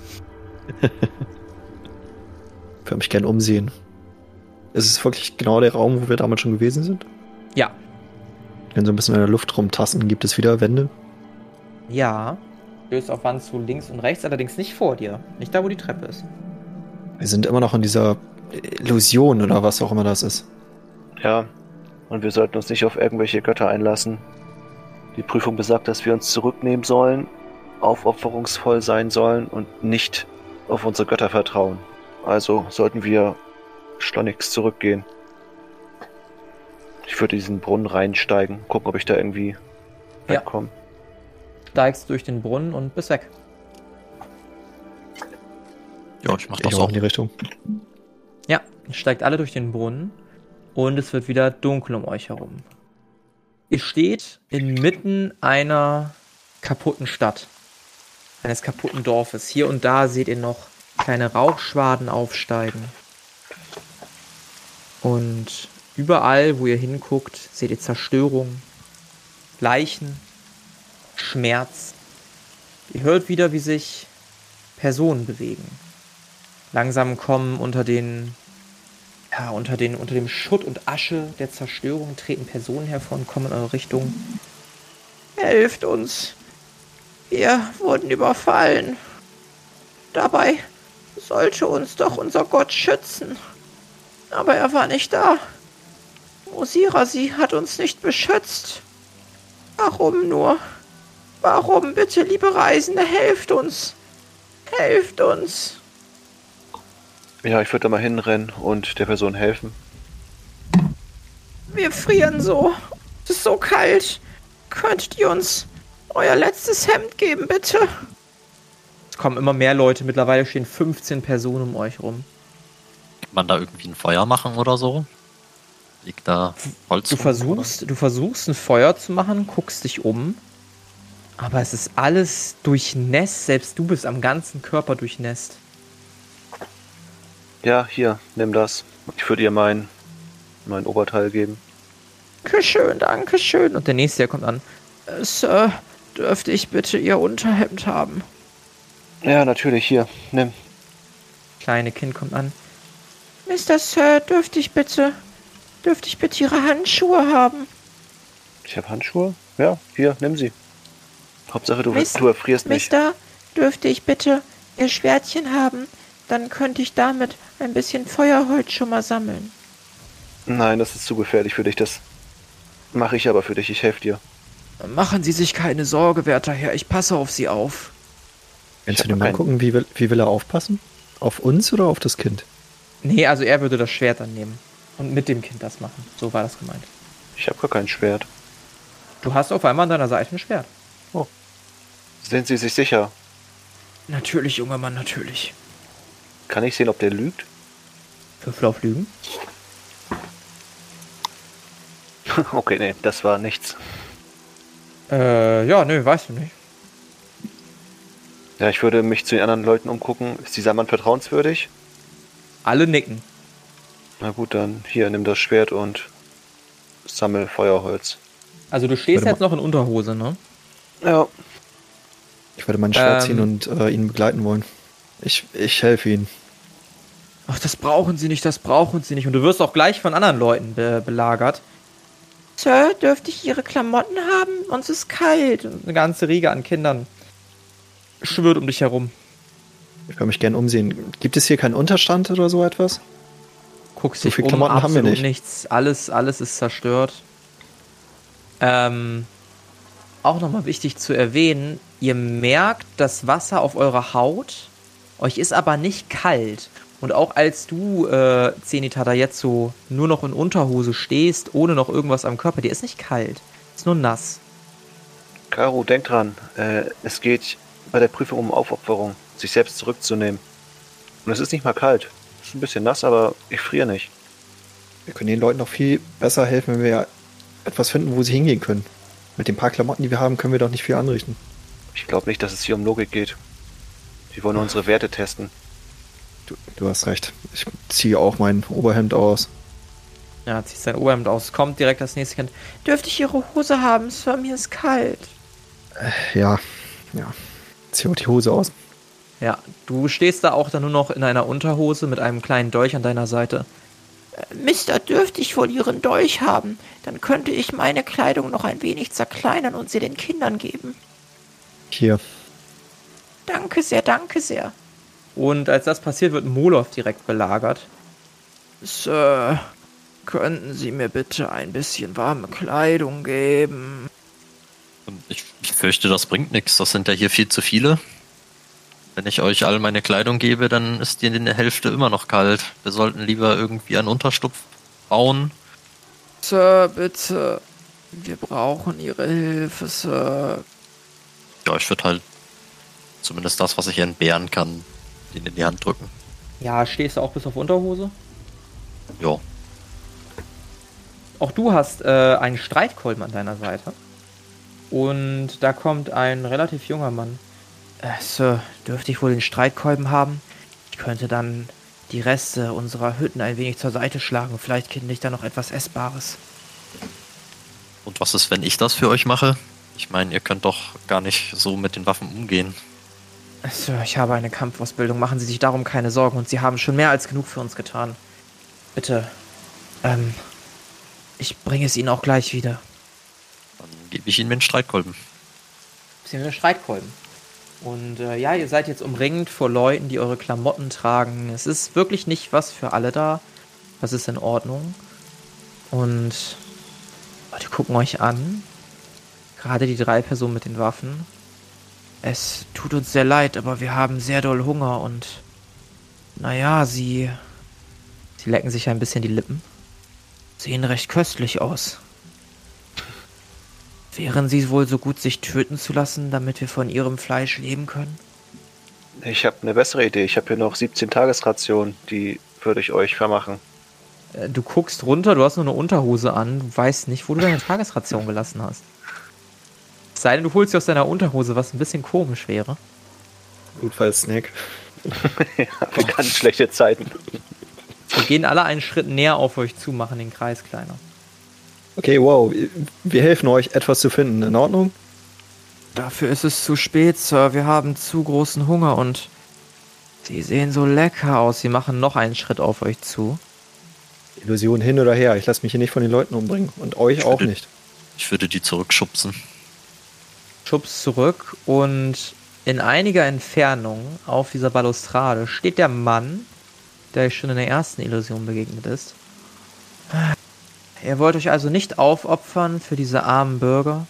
Ich würde mich gerne umsehen. Ist es wirklich genau der Raum, wo wir damals schon gewesen sind? Ja. Ich kann so ein bisschen in der Luft rumtasten. Gibt es wieder Wände? Ja. Stößt auf Wand zu links und rechts, allerdings nicht vor dir. Nicht da, wo die Treppe ist. Wir sind immer noch in dieser Illusion oder was auch immer das ist. Ja, und wir sollten uns nicht auf irgendwelche Götter einlassen. Die Prüfung besagt, dass wir uns zurücknehmen sollen, aufopferungsvoll sein sollen und nicht auf unsere Götter vertrauen. Also sollten wir schleunigst zurückgehen. Ich würde diesen Brunnen reinsteigen, gucken, ob ich da irgendwie Ja. wegkomme. Steigst durch den Brunnen und bist weg. Ja, ich mach Ich das auch auch. in die Richtung. Ja, ihr steigt alle durch den Brunnen und es wird wieder dunkel um euch herum. Ihr steht inmitten einer kaputten Stadt, eines kaputten Dorfes. Hier und da seht ihr noch kleine Rauchschwaden aufsteigen. Und überall, wo ihr hinguckt, seht ihr Zerstörung, Leichen, Schmerz. Ihr hört wieder, wie sich Personen bewegen. Langsam kommen unter dem Schutt und Asche der Zerstörung treten Personen hervor und kommen in eure Richtung. Helft uns! Wir wurden überfallen. Dabei sollte uns doch unser Gott schützen. Aber er war nicht da. Osirasi hat uns nicht beschützt. Warum nur? Warum bitte, liebe Reisende, helft uns! Helft uns! Ja, ich würde da mal hinrennen und der Person helfen. Wir frieren so. Es ist so kalt. Könntet ihr uns euer letztes Hemd geben, bitte? Es kommen immer mehr Leute. Mittlerweile stehen 15 Personen um euch rum. Kann man da irgendwie ein Feuer machen oder so? Liegt da Holz Du rum, versuchst ein Feuer zu machen, guckst dich um. Aber es ist alles durchnässt. Selbst du bist am ganzen Körper durchnässt. Ja, hier, nimm das. Ich würde ihr mein Oberteil geben. Danke schön. Und der nächste, der kommt an. Sir, dürfte ich bitte Ihr Unterhemd haben? Ja, natürlich, hier, nimm. Kleine Kind kommt an. Mr. Sir, dürfte ich bitte Ihre Handschuhe haben? Ich habe Handschuhe? Ja, hier, nimm sie. Hauptsache, du Miss- erfrierst nicht. Mister, dürfte ich bitte Ihr Schwertchen haben? Dann könnte ich damit ein bisschen Feuerholz schon mal sammeln. Nein, das ist zu gefährlich für dich. Das mache ich aber für dich. Ich helfe dir. Machen Sie sich keine Sorge, werter Herr. Ich passe auf Sie auf. Kannst Ich du hab dir mal keinen- gucken, wie will er aufpassen? Auf uns oder auf das Kind? Nee, also er würde das Schwert dann nehmen. Und mit dem Kind das machen. So war das gemeint. Ich habe gar kein Schwert. Du hast auf einmal an deiner Seite ein Schwert. Sind Sie sich sicher? Natürlich, junger Mann, natürlich. Kann ich sehen, ob der lügt? Würfel auf Lügen. Okay, nee, das war nichts. Ja, nö, weißt du nicht. Ja, ich würde mich zu den anderen Leuten umgucken. Ist dieser Mann vertrauenswürdig? Alle nicken. Na gut, dann hier, nimm das Schwert und sammel Feuerholz. Also du stehst Warte jetzt noch in Unterhose, ne? Ja, Ich würde mein Schwert ziehen und ihn begleiten wollen. Ich helfe ihnen. Ach, das brauchen Sie nicht, das brauchen Sie nicht. Und du wirst auch gleich von anderen Leuten belagert. Sir, dürfte ich Ihre Klamotten haben? Uns ist kalt. Und eine ganze Riege an Kindern schwirrt um dich herum. Ich würde mich gerne umsehen. Gibt es hier keinen Unterstand oder so etwas? Guckst So dich viel um, Klamotten haben wir absolut nicht. nichts. Alles ist zerstört. Auch nochmal wichtig zu erwähnen, ihr merkt das Wasser auf eurer Haut, euch ist aber nicht kalt. Und auch als du, Zenithar, da jetzt so nur noch in Unterhose stehst, ohne noch irgendwas am Körper, dir ist nicht kalt, ist nur nass. Caro, denk dran, es geht bei der Prüfung um Aufopferung, sich selbst zurückzunehmen. Und es ist nicht mal kalt. Es ist ein bisschen nass, aber ich friere nicht. Wir können den Leuten noch viel besser helfen, wenn wir etwas finden, wo sie hingehen können. Mit den paar Klamotten, die wir haben, können wir doch nicht viel anrichten. Ich glaube nicht, dass es hier um Logik geht. Sie wollen unsere Werte testen. Du hast recht. Ich ziehe auch mein Oberhemd aus. Ja, zieht sein Oberhemd aus, kommt direkt das nächste Kind. Dürfte ich Ihre Hose haben, Sir? Mir ist kalt. Ja. Zieh auch die Hose aus. Ja, du stehst da auch dann nur noch in einer Unterhose mit einem kleinen Dolch an deiner Seite. Mister, dürfte ich wohl Ihren Dolch haben? Dann könnte ich meine Kleidung noch ein wenig zerkleinern und sie den Kindern geben. Hier. Danke sehr, danke sehr. Und als das passiert, wird Moloth direkt belagert. Sir, könnten Sie mir bitte ein bisschen warme Kleidung geben? Und ich fürchte, das bringt nichts. Das sind ja hier viel zu viele. Wenn ich euch all meine Kleidung gebe, dann ist die in der Hälfte immer noch kalt. Wir sollten lieber irgendwie einen Unterschlupf bauen. Sir, bitte. Wir brauchen Ihre Hilfe, Sir. Ja, ich würde halt zumindest das, was ich entbehren kann, den in die Hand drücken. Ja, stehst du auch bis auf Unterhose? Jo. Auch du hast einen Streitkolben an deiner Seite. Und da kommt ein relativ junger Mann. Sir, dürfte ich wohl den Streitkolben haben? Ich könnte dann die Reste unserer Hütten ein wenig zur Seite schlagen. Vielleicht finde ich da noch etwas Essbares. Und was ist, wenn ich das für euch mache? Ich meine, ihr könnt doch gar nicht so mit den Waffen umgehen. Sir, ich habe eine Kampfausbildung. Machen Sie sich darum keine Sorgen. Und Sie haben schon mehr als genug für uns getan. Bitte, ich bringe es Ihnen auch gleich wieder. Dann gebe ich Ihnen den Streitkolben. Sie haben den Streitkolben. Und ja, ihr seid jetzt umringt vor Leuten, die eure Klamotten tragen. Es ist wirklich nicht was für alle da. Das ist in Ordnung. Und Leute gucken euch an. Gerade die 3 Personen mit den Waffen. Es tut uns sehr leid, aber wir haben sehr doll Hunger und naja, sie lecken sich ein bisschen die Lippen. Sehen recht köstlich aus. Wären sie wohl so gut, sich töten zu lassen, damit wir von ihrem Fleisch leben können? Ich habe eine bessere Idee. Ich habe hier noch 17 Tagesrationen. Die würde ich euch vermachen. Du guckst runter, du hast nur eine Unterhose an. Du weißt nicht, wo du deine Tagesration gelassen hast. Es sei denn, du holst sie aus deiner Unterhose, was ein bisschen komisch wäre. Notfall-Snack. Ja, für ganz schlechte Zeiten. Wir gehen alle einen Schritt näher auf euch zu, machen den Kreis kleiner. Okay, wow. Wir helfen euch, etwas zu finden. In Ordnung? Dafür ist es zu spät, Sir. Wir haben zu großen Hunger und sie sehen so lecker aus. Sie machen noch einen Schritt auf euch zu. Illusion hin oder her. Ich lasse mich hier nicht von den Leuten umbringen. Und euch auch nicht. Ich würde die zurückschubsen. Schubst zurück und in einiger Entfernung auf dieser Balustrade steht der Mann, der euch schon in der ersten Illusion begegnet ist. Ihr wollt euch also nicht aufopfern für diese armen Bürger?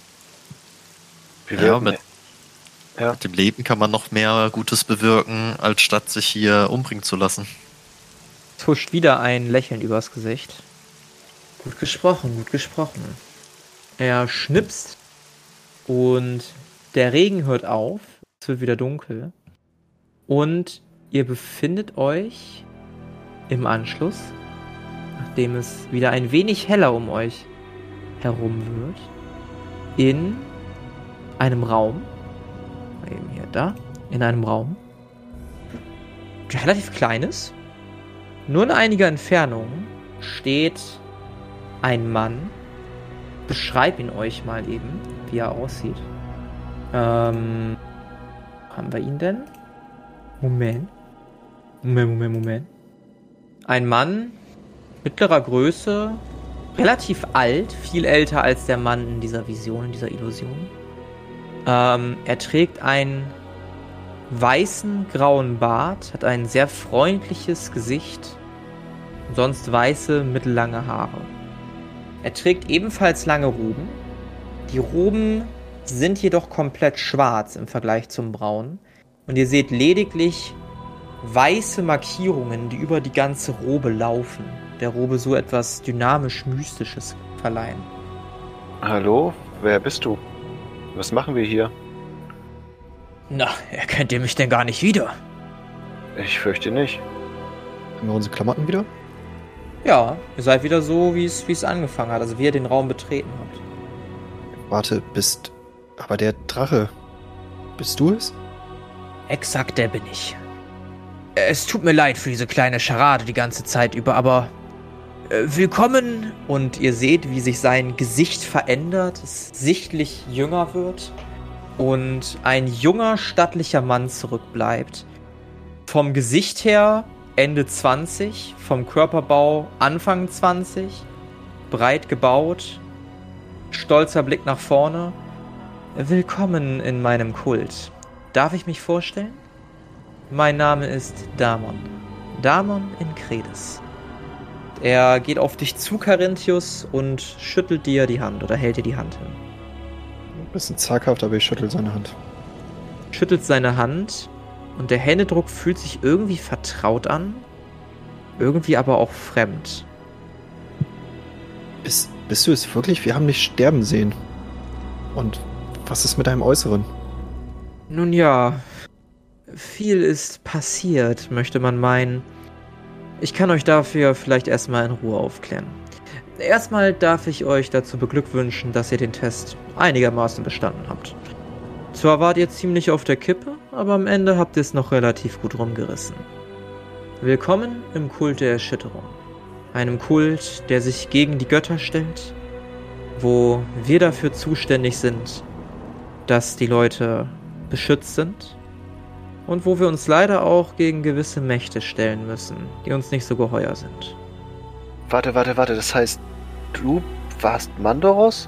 Mit dem Leben kann man noch mehr Gutes bewirken, als statt sich hier umbringen zu lassen. Es huscht wieder ein Lächeln übers Gesicht. Gut gesprochen, gut gesprochen. Er schnipst und der Regen hört auf. Es wird wieder dunkel. Und ihr befindet euch im Anschluss, nachdem es wieder ein wenig heller um euch herum wird, in einem Raum. Eben hier, da. In einem Raum. Der relativ klein ist. Nur in einiger Entfernung steht ein Mann. Beschreib ihn euch mal eben, wie er aussieht. Haben wir ihn denn? Moment. Ein Mann mittlerer Größe, relativ alt, viel älter als der Mann in dieser Vision, in dieser Illusion. Er trägt einen weißen, grauen Bart, hat ein sehr freundliches Gesicht und sonst weiße, mittellange Haare. Er trägt ebenfalls lange Roben. Die Roben sind jedoch komplett schwarz im Vergleich zum Braun. Und ihr seht lediglich weiße Markierungen, die über die ganze Robe laufen. Der Robe so etwas dynamisch-mystisches verleihen. Hallo, wer bist du? Was machen wir hier? Na, erkennt ihr mich denn gar nicht wieder? Ich fürchte nicht. Haben wir unsere Klamotten wieder? Ja, ihr seid wieder so, wie es angefangen hat, also wie ihr den Raum betreten habt. Warte, aber der Drache, bist du es? Exakt, der bin ich. Es tut mir leid für diese kleine Scharade die ganze Zeit über, aber willkommen. Und ihr seht, wie sich sein Gesicht verändert, es sichtlich jünger wird und ein junger, stattlicher Mann zurückbleibt. Vom Gesicht her Ende 20, vom Körperbau Anfang 20, breit gebaut, stolzer Blick nach vorne. Willkommen in meinem Kult. Darf ich mich vorstellen? Mein Name ist Damon. Damon in Kredes. Er geht auf dich zu, Carinthius, und schüttelt dir die Hand oder hält dir die Hand hin. Ein bisschen zaghaft, aber ich schüttel seine Hand. Schüttelt seine Hand und der Händedruck fühlt sich irgendwie vertraut an, irgendwie aber auch fremd. Bist du es wirklich? Wir haben dich sterben sehen. Und was ist mit deinem Äußeren? Nun ja, viel ist passiert, möchte man meinen. Ich kann euch dafür vielleicht erstmal in Ruhe aufklären. Erstmal darf ich euch dazu beglückwünschen, dass ihr den Test einigermaßen bestanden habt. Zwar wart ihr ziemlich auf der Kippe, aber am Ende habt ihr es noch relativ gut rumgerissen. Willkommen im Kult der Erschütterung. Einem Kult, der sich gegen die Götter stellt, wo wir dafür zuständig sind, dass die Leute beschützt sind und wo wir uns leider auch gegen gewisse Mächte stellen müssen, die uns nicht so geheuer sind. Warte, das heißt, du warst Mandoros?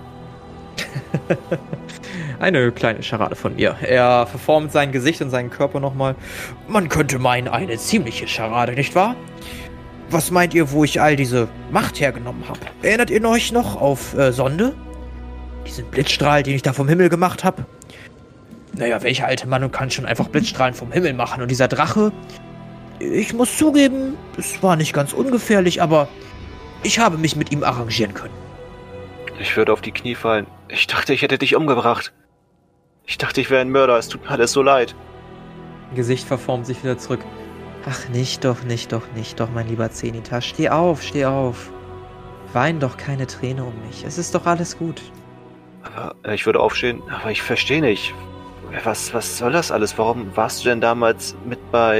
Eine kleine Scharade von mir. Er verformt sein Gesicht und seinen Körper nochmal. Man könnte meinen, eine ziemliche Scharade, nicht wahr? Was meint ihr, wo ich all diese Macht hergenommen habe? Erinnert ihr euch noch auf Sonde? Diesen Blitzstrahl, den ich da vom Himmel gemacht habe? Naja, welcher alte Mann kann schon einfach Blitzstrahlen vom Himmel machen? Und dieser Drache? Ich muss zugeben, es war nicht ganz ungefährlich, aber ich habe mich mit ihm arrangieren können. Ich würde auf die Knie fallen. Ich dachte, ich hätte dich umgebracht. Ich dachte, ich wäre ein Mörder. Es tut mir alles so leid. Gesicht verformt sich wieder zurück. Ach, nicht doch, mein lieber Zenitas. Steh auf. Wein doch keine Träne um mich. Es ist doch alles gut. Aber ich würde aufstehen, aber ich verstehe nicht. Was soll das alles? Warum warst du denn damals mit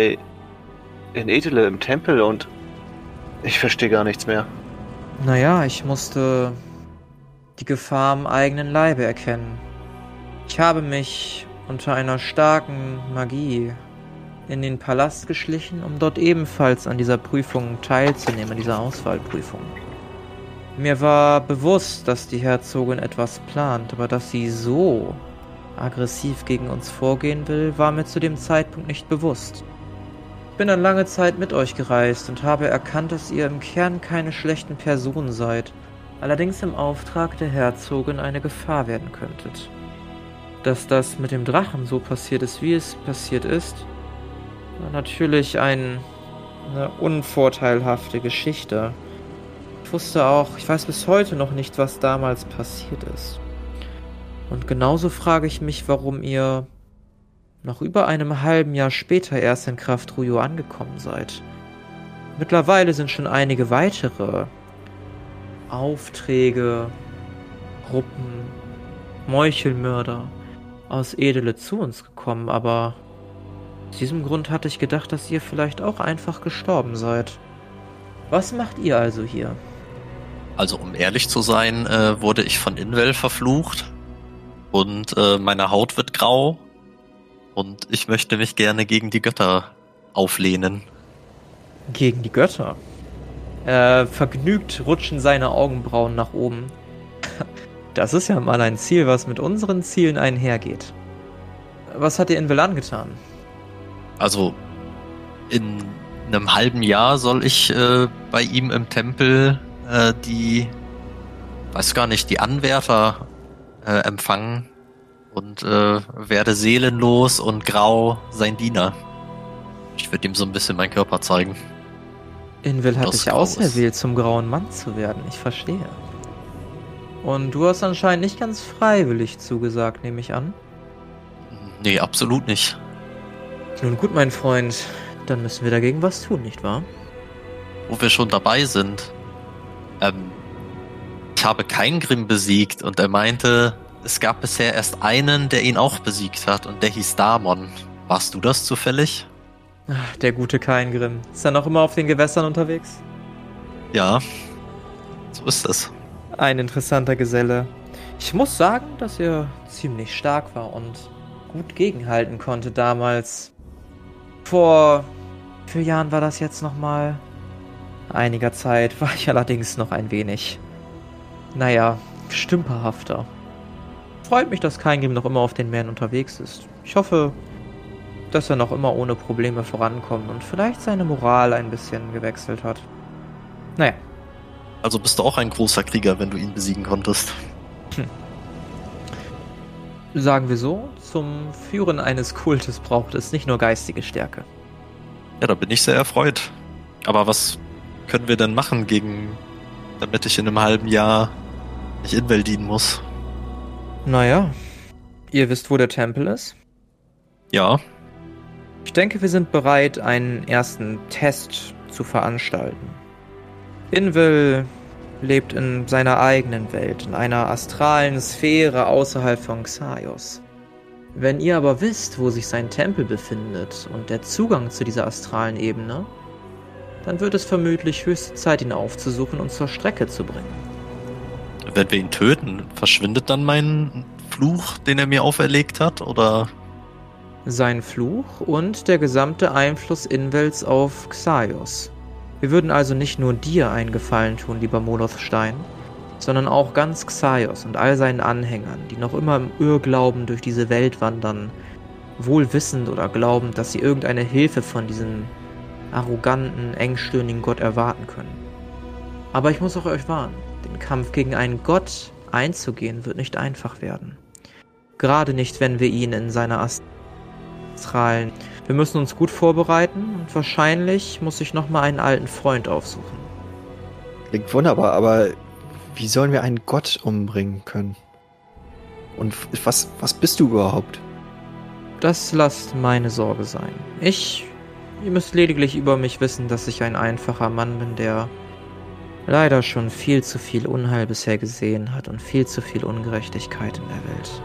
in Edele im Tempel und ich verstehe gar nichts mehr. Naja, ich musste die Gefahr am eigenen Leibe erkennen. Ich habe mich unter einer starken Magie in den Palast geschlichen, um dort ebenfalls an dieser Prüfung teilzunehmen, an dieser Auswahlprüfung. Mir war bewusst, dass die Herzogin etwas plant, aber dass sie so aggressiv gegen uns vorgehen will, war mir zu dem Zeitpunkt nicht bewusst. Ich bin dann lange Zeit mit euch gereist und habe erkannt, dass ihr im Kern keine schlechten Personen seid, allerdings im Auftrag der Herzogin eine Gefahr werden könntet. Dass das mit dem Drachen so passiert ist, wie es passiert ist, war natürlich eine unvorteilhafte Geschichte. Ich weiß bis heute noch nicht, was damals passiert ist. Und genauso frage ich mich, warum ihr noch über einem halben Jahr später erst in Kraftrujor angekommen seid. Mittlerweile sind schon einige weitere Aufträge, Gruppen, Meuchelmörder aus Edele zu uns gekommen, aber aus diesem Grund hatte ich gedacht, dass ihr vielleicht auch einfach gestorben seid. Was macht ihr also hier? Also um ehrlich zu sein, wurde ich von Invel verflucht und meine Haut wird grau und ich möchte mich gerne gegen die Götter auflehnen. Gegen die Götter? Vergnügt rutschen seine Augenbrauen nach oben. Das ist ja mal ein Ziel, was mit unseren Zielen einhergeht. Was hat dir Invel angetan? Also in einem halben Jahr soll ich bei ihm im Tempel die Anwärter empfangen und werde seelenlos und grau sein Diener. Ich würde ihm so ein bisschen meinen Körper zeigen. Invill hat Das dich Grau ist- auserwählt, zum grauen Mann zu werden. Ich verstehe. Und du hast anscheinend nicht ganz freiwillig zugesagt, nehme ich an. Nee, absolut nicht. Nun gut, mein Freund, dann müssen wir dagegen was tun, nicht wahr? Wo wir schon dabei sind. Ich habe keinen Grimm besiegt und er meinte, es gab bisher erst einen, der ihn auch besiegt hat und der hieß Damon. Warst du das zufällig? Ach, der gute Kaingrim. Ist er noch immer auf den Gewässern unterwegs? Ja, so ist es. Ein interessanter Geselle. Ich muss sagen, dass er ziemlich stark war und gut gegenhalten konnte damals. Vor 4 Jahren war das jetzt nochmal. Einiger Zeit war ich allerdings noch ein wenig, stümperhafter. Freut mich, dass Kaingrim noch immer auf den Meeren unterwegs ist. Ich hoffe, dass er noch immer ohne Probleme vorankommt und vielleicht seine Moral ein bisschen gewechselt hat. Naja. Also bist du auch ein großer Krieger, wenn du ihn besiegen konntest. Sagen wir so, zum Führen eines Kultes braucht es nicht nur geistige Stärke. Ja, da bin ich sehr erfreut. Aber was können wir denn machen damit ich in einem halben Jahr nicht Invel dienen muss? Naja, ihr wisst, wo der Tempel ist? Ja, Ich denke, wir sind bereit, einen ersten Test zu veranstalten. Invill lebt in seiner eigenen Welt, in einer astralen Sphäre außerhalb von Xaios. Wenn ihr aber wisst, wo sich sein Tempel befindet und der Zugang zu dieser astralen Ebene, dann wird es vermutlich höchste Zeit, ihn aufzusuchen und zur Strecke zu bringen. wenn wir ihn töten, verschwindet dann mein Fluch, den er mir auferlegt hat? Oder? Sein Fluch und der gesamte Einfluss Invells auf Xaios. Wir würden also nicht nur dir einen Gefallen tun, lieber Molothstein, sondern auch ganz Xaios und all seinen Anhängern, die noch immer im Irrglauben durch diese Welt wandern, wohl wissend oder glaubend, dass sie irgendeine Hilfe von diesem arroganten, engstirnigen Gott erwarten können. Aber ich muss auch euch warnen, den Kampf gegen einen Gott einzugehen wird nicht einfach werden. Gerade nicht, wenn wir ihn in seiner astralen... Wir müssen uns gut vorbereiten und wahrscheinlich muss ich nochmal einen alten Freund aufsuchen. Klingt wunderbar, aber wie sollen wir einen Gott umbringen können? Und was bist du überhaupt? Das lasst meine Sorge sein. Ihr müsst lediglich über mich wissen, dass ich ein einfacher Mann bin, der leider schon viel zu viel Unheil bisher gesehen hat und viel zu viel Ungerechtigkeit in der Welt.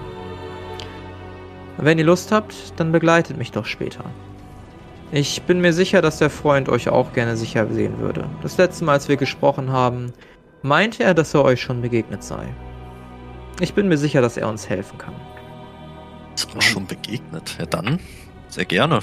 Wenn ihr Lust habt, dann begleitet mich doch später. Ich bin mir sicher, dass der Freund euch auch gerne sicher sehen würde. Das letzte Mal, als wir gesprochen haben, meinte er, dass er euch schon begegnet sei. Ich bin mir sicher, dass er uns helfen kann. Ist uns schon begegnet? Ja dann, sehr gerne.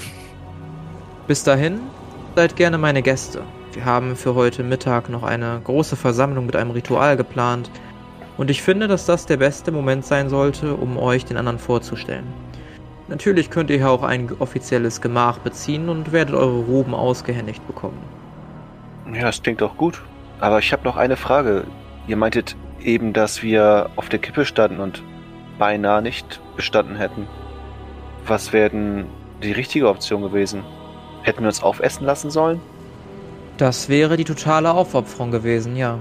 Bis dahin, seid gerne meine Gäste. Wir haben für heute Mittag noch eine große Versammlung mit einem Ritual geplant und ich finde, dass das der beste Moment sein sollte, um euch den anderen vorzustellen. Natürlich könnt ihr hier auch ein offizielles Gemach beziehen und werdet eure Roben ausgehändigt bekommen. Ja, das klingt doch gut. Aber ich habe noch eine Frage. Ihr meintet eben, dass wir auf der Kippe standen und beinahe nicht bestanden hätten. Was wäre denn die richtige Option gewesen? Hätten wir uns aufessen lassen sollen? Das wäre die totale Aufopferung gewesen, ja.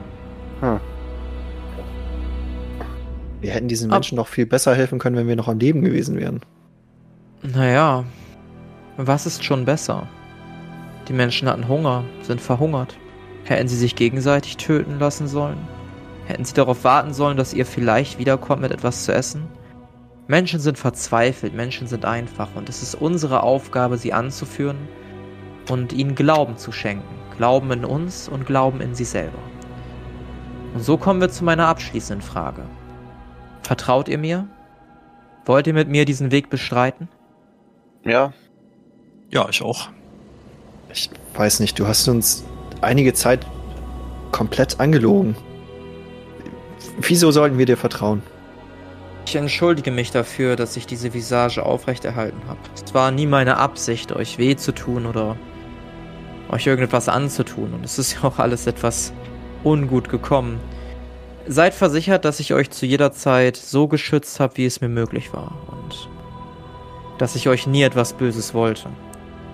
Wir hätten diesen Menschen noch viel besser helfen können, wenn wir noch am Leben gewesen wären. Naja, was ist schon besser? Die Menschen hatten Hunger, sind verhungert. Hätten sie sich gegenseitig töten lassen sollen? Hätten sie darauf warten sollen, dass ihr vielleicht wiederkommt mit etwas zu essen? Menschen sind verzweifelt, Menschen sind einfach und es ist unsere Aufgabe, sie anzuführen und ihnen Glauben zu schenken. Glauben in uns und Glauben in sie selber. Und so kommen wir zu meiner abschließenden Frage. Vertraut ihr mir? Wollt ihr mit mir diesen Weg bestreiten? Ja, Ja, ich auch. Ich weiß nicht, du hast uns einige Zeit komplett angelogen. Wieso sollten wir dir vertrauen? Ich entschuldige mich dafür, dass ich diese Visage aufrechterhalten habe. Es war nie meine Absicht, euch weh zu tun oder euch irgendetwas anzutun. Und es ist ja auch alles etwas ungut gekommen. Seid versichert, dass ich euch zu jeder Zeit so geschützt habe, wie es mir möglich war. Und dass ich euch nie etwas Böses wollte.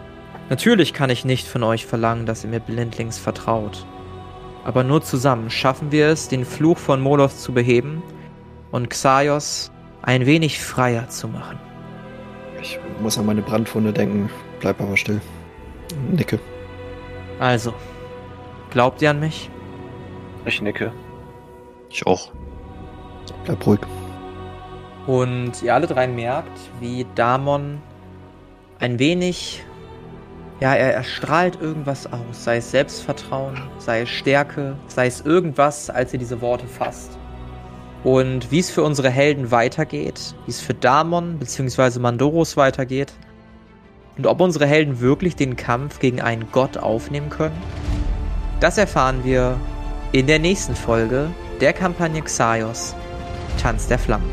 Natürlich kann ich nicht von euch verlangen, dass ihr mir blindlings vertraut. Aber nur zusammen schaffen wir es, den Fluch von Moloth zu beheben und Xaios ein wenig freier zu machen. Ich muss an meine Brandwunde denken, bleib aber still. Nicke. Also, glaubt ihr an mich? Ich nicke. Ich auch. Bleib ruhig. Und ihr alle drei merkt, wie Damon ein wenig, ja, er strahlt irgendwas aus, sei es Selbstvertrauen, sei es Stärke, sei es irgendwas, als ihr diese Worte fasst. Und wie es für unsere Helden weitergeht, wie es für Damon bzw. Mandoros weitergeht und ob unsere Helden wirklich den Kampf gegen einen Gott aufnehmen können, das erfahren wir in der nächsten Folge der Kampagne Xaios, Tanz der Flammen.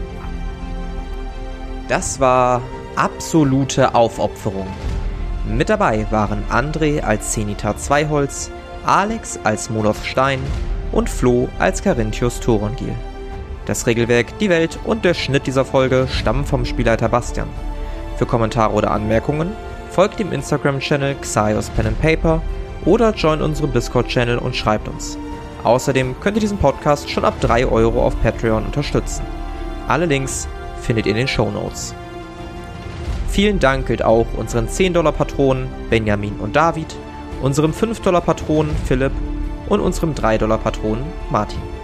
Das war absolute Aufopferung. Mit dabei waren André als Zenithar Zweiholz, Alex als Moloth Stein und Flo als Carinthius Thorongil. Das Regelwerk, die Welt und der Schnitt dieser Folge stammen vom Spielleiter Bastian. Für Kommentare oder Anmerkungen folgt dem Instagram-Channel Xaios Pen & Paper oder joint unserem Discord-Channel und schreibt uns. Außerdem könnt ihr diesen Podcast schon ab 3 € auf Patreon unterstützen. Alle Links findet ihr in den Shownotes. Vielen Dank gilt auch unseren $10-Patronen Benjamin und David, unserem $5-Patronen Philipp und unserem $3-Patronen Martin.